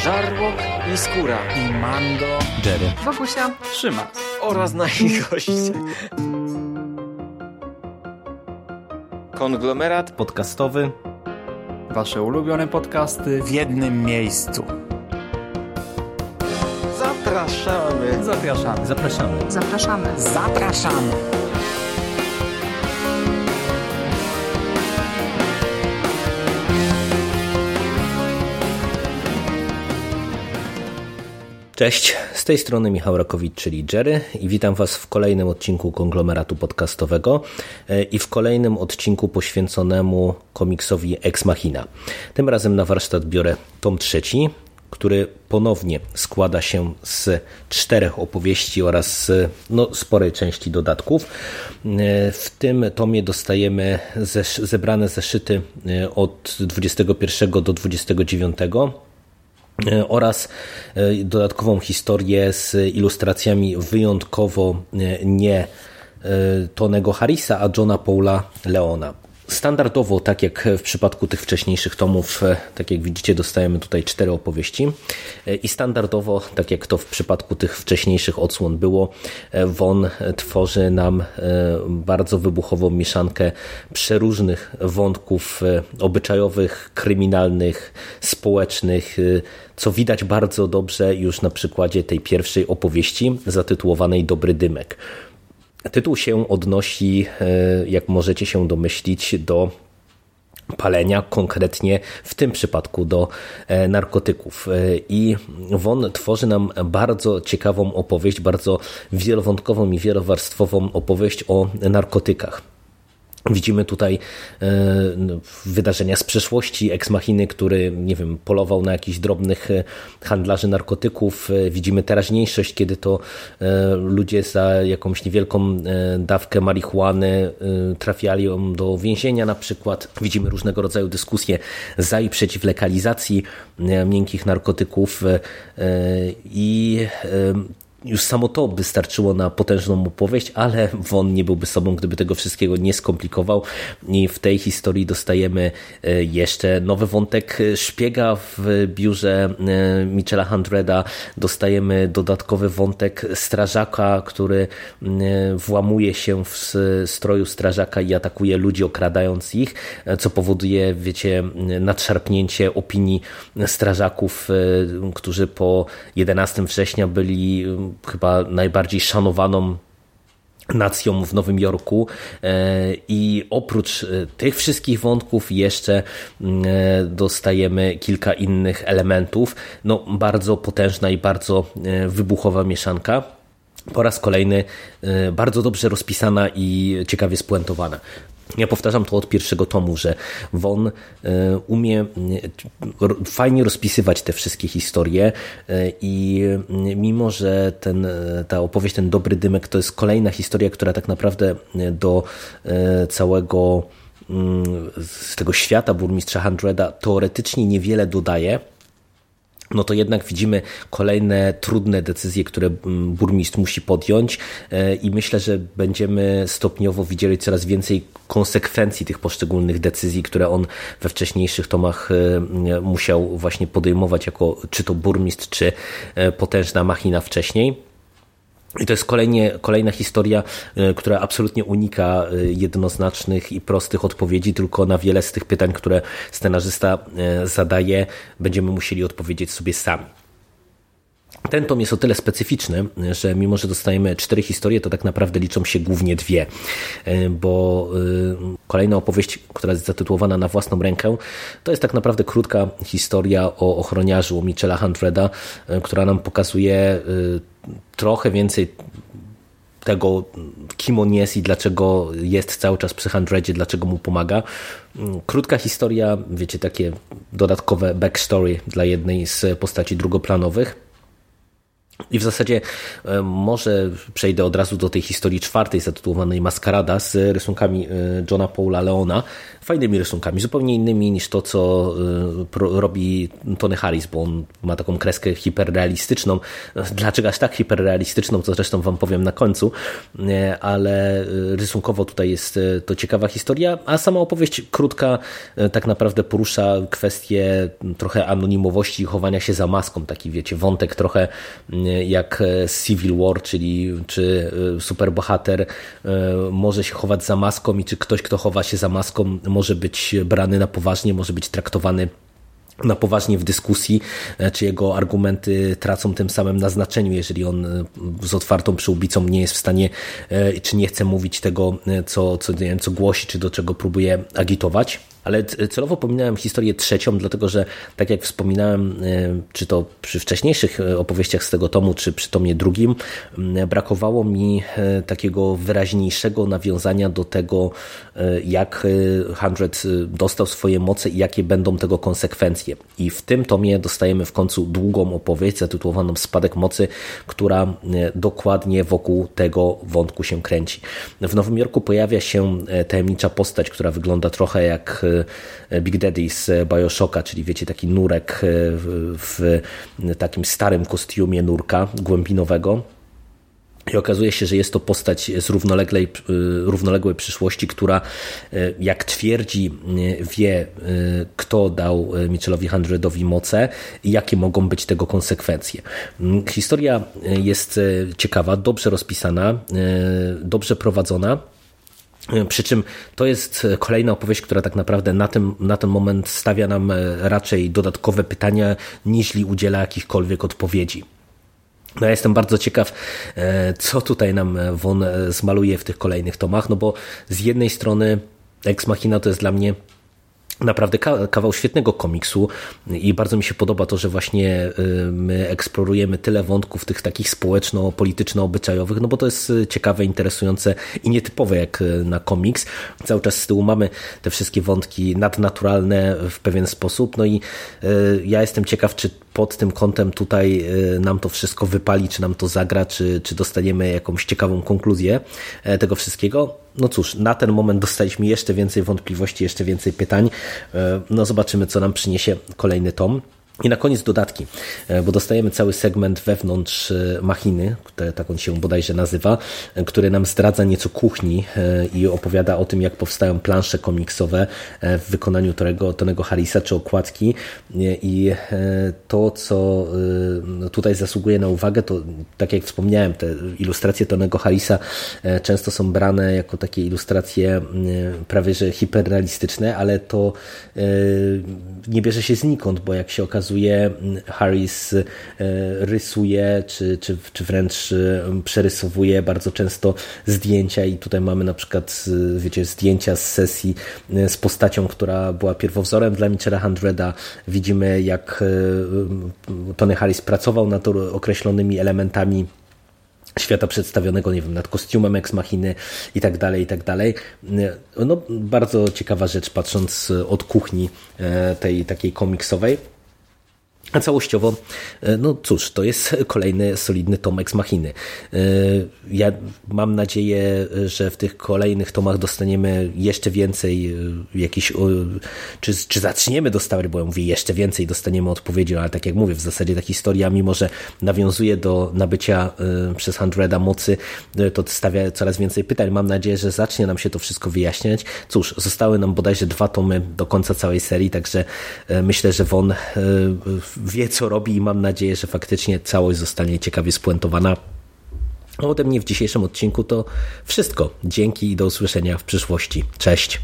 Żarłok i Skóra i Mando, Jerry, Wokusia, Szymas oraz nasi goście. Konglomerat podcastowy. Wasze ulubione podcasty w jednym miejscu. Zapraszamy. Zapraszamy. Zapraszamy. Zapraszamy. Zapraszamy. Cześć, z tej strony Michał Rakowicz, czyli Jerry, i witam Was w kolejnym odcinku Konglomeratu Podcastowego i w kolejnym odcinku poświęconemu komiksowi Ex Machina. Tym razem na warsztat biorę tom 3, który ponownie składa się z 4 opowieści oraz sporej części dodatków. W tym tomie dostajemy zebrane zeszyty od 21 do 29 oraz dodatkową historię z ilustracjami wyjątkowo nie Tonego Harrisa, a Johna Paula Leona. Standardowo, tak jak w przypadku tych wcześniejszych tomów, tak jak widzicie, dostajemy tutaj 4 opowieści i standardowo, tak jak to w przypadku tych wcześniejszych odsłon było, Von tworzy nam bardzo wybuchową mieszankę przeróżnych wątków obyczajowych, kryminalnych, społecznych, co widać bardzo dobrze już na przykładzie tej pierwszej opowieści zatytułowanej Dobry Dymek. Tytuł się odnosi, jak możecie się domyślić, do palenia, konkretnie w tym przypadku do narkotyków. I Von tworzy nam bardzo ciekawą opowieść, bardzo wielowątkową i wielowarstwową opowieść o narkotykach. Widzimy tutaj wydarzenia z przeszłości Ex Machiny, który, nie wiem, polował na jakichś drobnych handlarzy narkotyków. Widzimy teraźniejszość, kiedy to ludzie za jakąś niewielką dawkę marihuany trafiali do więzienia na przykład. Widzimy różnego rodzaju dyskusje za i przeciw legalizacji miękkich narkotyków i już samo to by starczyło na potężną opowieść, ale Von nie byłby sobą, gdyby tego wszystkiego nie skomplikował. I w tej historii dostajemy jeszcze nowy wątek szpiega w biurze Michela Handreda. Dostajemy dodatkowy wątek strażaka, który włamuje się w stroju strażaka i atakuje ludzi, okradając ich, co powoduje, wiecie, nadszarpnięcie opinii strażaków, którzy po 11 września byli chyba najbardziej szanowaną nacją w Nowym Jorku. I oprócz tych wszystkich wątków jeszcze dostajemy kilka innych elementów. Bardzo potężna i bardzo wybuchowa mieszanka. Po raz kolejny bardzo dobrze rozpisana i ciekawie spuentowana. Ja powtarzam to od pierwszego tomu, że Von umie fajnie rozpisywać te wszystkie historie i mimo, że ta opowieść, ten Dobry Dymek, to jest kolejna historia, która tak naprawdę do całego z tego świata burmistrza Handreda teoretycznie niewiele dodaje, to jednak widzimy kolejne trudne decyzje, które burmistrz musi podjąć i myślę, że będziemy stopniowo widzieli coraz więcej konsekwencji tych poszczególnych decyzji, które on we wcześniejszych tomach musiał właśnie podejmować jako czy to burmistrz, czy potężna machina wcześniej. I to jest kolejna historia, która absolutnie unika jednoznacznych i prostych odpowiedzi, tylko na wiele z tych pytań, które scenarzysta zadaje, będziemy musieli odpowiedzieć sobie sami. Ten tom jest o tyle specyficzny, że mimo, że dostajemy 4 historie, to tak naprawdę liczą się głównie 2, bo kolejna opowieść, która jest zatytułowana Na własną rękę, to jest tak naprawdę krótka historia o ochroniarzu Michela Handreda, która nam pokazuje trochę więcej tego, kim on jest i dlaczego jest cały czas przy Handredzie, dlaczego mu pomaga. Krótka historia, wiecie, takie dodatkowe backstory dla jednej z postaci drugoplanowych. I w zasadzie może przejdę od razu do tej historii czwartej zatytułowanej Maskarada z rysunkami Johna Paula Leona. Fajnymi rysunkami, zupełnie innymi niż to, co robi Tony Harris, bo on ma taką kreskę hiperrealistyczną. Dlaczego aż tak hiperrealistyczną, to zresztą wam powiem na końcu, ale rysunkowo tutaj jest to ciekawa historia, a sama opowieść krótka tak naprawdę porusza kwestię trochę anonimowości i chowania się za maską. Taki wiecie, wątek trochę jak Civil War, czyli czy superbohater może się chować za maską i czy ktoś, kto chowa się za maską, może być brany na poważnie, może być traktowany na poważnie w dyskusji, czy jego argumenty tracą tym samym na znaczeniu, jeżeli on z otwartą przyłbicą nie jest w stanie, czy nie chce mówić tego, co głosi, czy do czego próbuje agitować. Ale celowo pominąłem historię trzecią, dlatego że, tak jak wspominałem, czy to przy wcześniejszych opowieściach z tego tomu, czy przy tomie drugim, brakowało mi takiego wyraźniejszego nawiązania do tego, jak Hundred dostał swoje moce i jakie będą tego konsekwencje. I w tym tomie dostajemy w końcu długą opowieść zatytułowaną Spadek Mocy, która dokładnie wokół tego wątku się kręci. W Nowym Jorku pojawia się tajemnicza postać, która wygląda trochę jak Big Daddy z Bioshocka, czyli wiecie, taki nurek w takim starym kostiumie nurka głębinowego. I okazuje się, że jest to postać z równoległej przyszłości, która, jak twierdzi, wie, kto dał Mitchellowi Hundredowi moce i jakie mogą być tego konsekwencje. Historia jest ciekawa, dobrze rozpisana, dobrze prowadzona. Przy czym to jest kolejna opowieść, która tak naprawdę na ten moment stawia nam raczej dodatkowe pytania, niźli udziela jakichkolwiek odpowiedzi. No ja jestem bardzo ciekaw, co tutaj nam Von zmaluje w tych kolejnych tomach, no bo z jednej strony Ex Machina to jest dla mnie naprawdę kawał świetnego komiksu i bardzo mi się podoba to, że właśnie my eksplorujemy tyle wątków tych takich społeczno-polityczno-obyczajowych, no bo to jest ciekawe, interesujące i nietypowe jak na komiks. Cały czas z tyłu mamy te wszystkie wątki nadnaturalne w pewien sposób, no i ja jestem ciekaw, czy pod tym kątem tutaj nam to wszystko wypali, czy nam to zagra, czy dostaniemy jakąś ciekawą konkluzję tego wszystkiego. No cóż, na ten moment dostaliśmy jeszcze więcej wątpliwości, jeszcze więcej pytań. No zobaczymy, co nam przyniesie kolejny tom. I na koniec dodatki, bo dostajemy cały segment wewnątrz Machiny, tak on się bodajże nazywa, który nam zdradza nieco kuchni i opowiada o tym, jak powstają plansze komiksowe w wykonaniu Tonego Harrisa, czy okładki. I to, co tutaj zasługuje na uwagę, to tak jak wspomniałem, te ilustracje Tonego Harrisa często są brane jako takie ilustracje prawie że hiperrealistyczne, ale to nie bierze się znikąd, bo jak się okazuje, Harris rysuje, czy wręcz przerysowuje bardzo często zdjęcia i tutaj mamy na przykład, wiecie, zdjęcia z sesji z postacią, która była pierwowzorem dla Mitchella Hundreda. Widzimy, jak Tony Harris pracował nad określonymi elementami świata przedstawionego, nie wiem, nad kostiumem Ex Machiny i tak dalej, i tak dalej. No, bardzo ciekawa rzecz, patrząc od kuchni tej takiej komiksowej. A całościowo, no cóż, to jest kolejny solidny tom Ex Machiny. Ja mam nadzieję, że w tych kolejnych tomach dostaniemy jeszcze więcej jakichś, czy zaczniemy dostawać, bo ja mówię jeszcze więcej, dostaniemy odpowiedzi, ale tak jak mówię, w zasadzie ta historia, mimo że nawiązuje do nabycia przez Hundreda mocy, to stawia coraz więcej pytań. Mam nadzieję, że zacznie nam się to wszystko wyjaśniać. Cóż, zostały nam bodajże 2 tomy do końca całej serii, także myślę, że Von wie, co robi i mam nadzieję, że faktycznie całość zostanie ciekawie spuentowana. A ode mnie w dzisiejszym odcinku to wszystko. Dzięki i do usłyszenia w przyszłości. Cześć!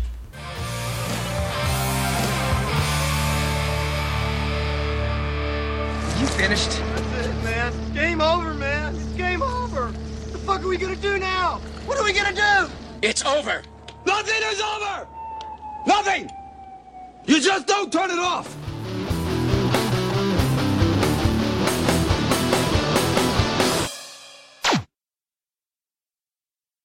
You finished? That's it, man. Game over, man. It's game over. What the fuck are we gonna do now? What are we gonna do? It's over. Nothing is over! Nothing! You just don't turn it off!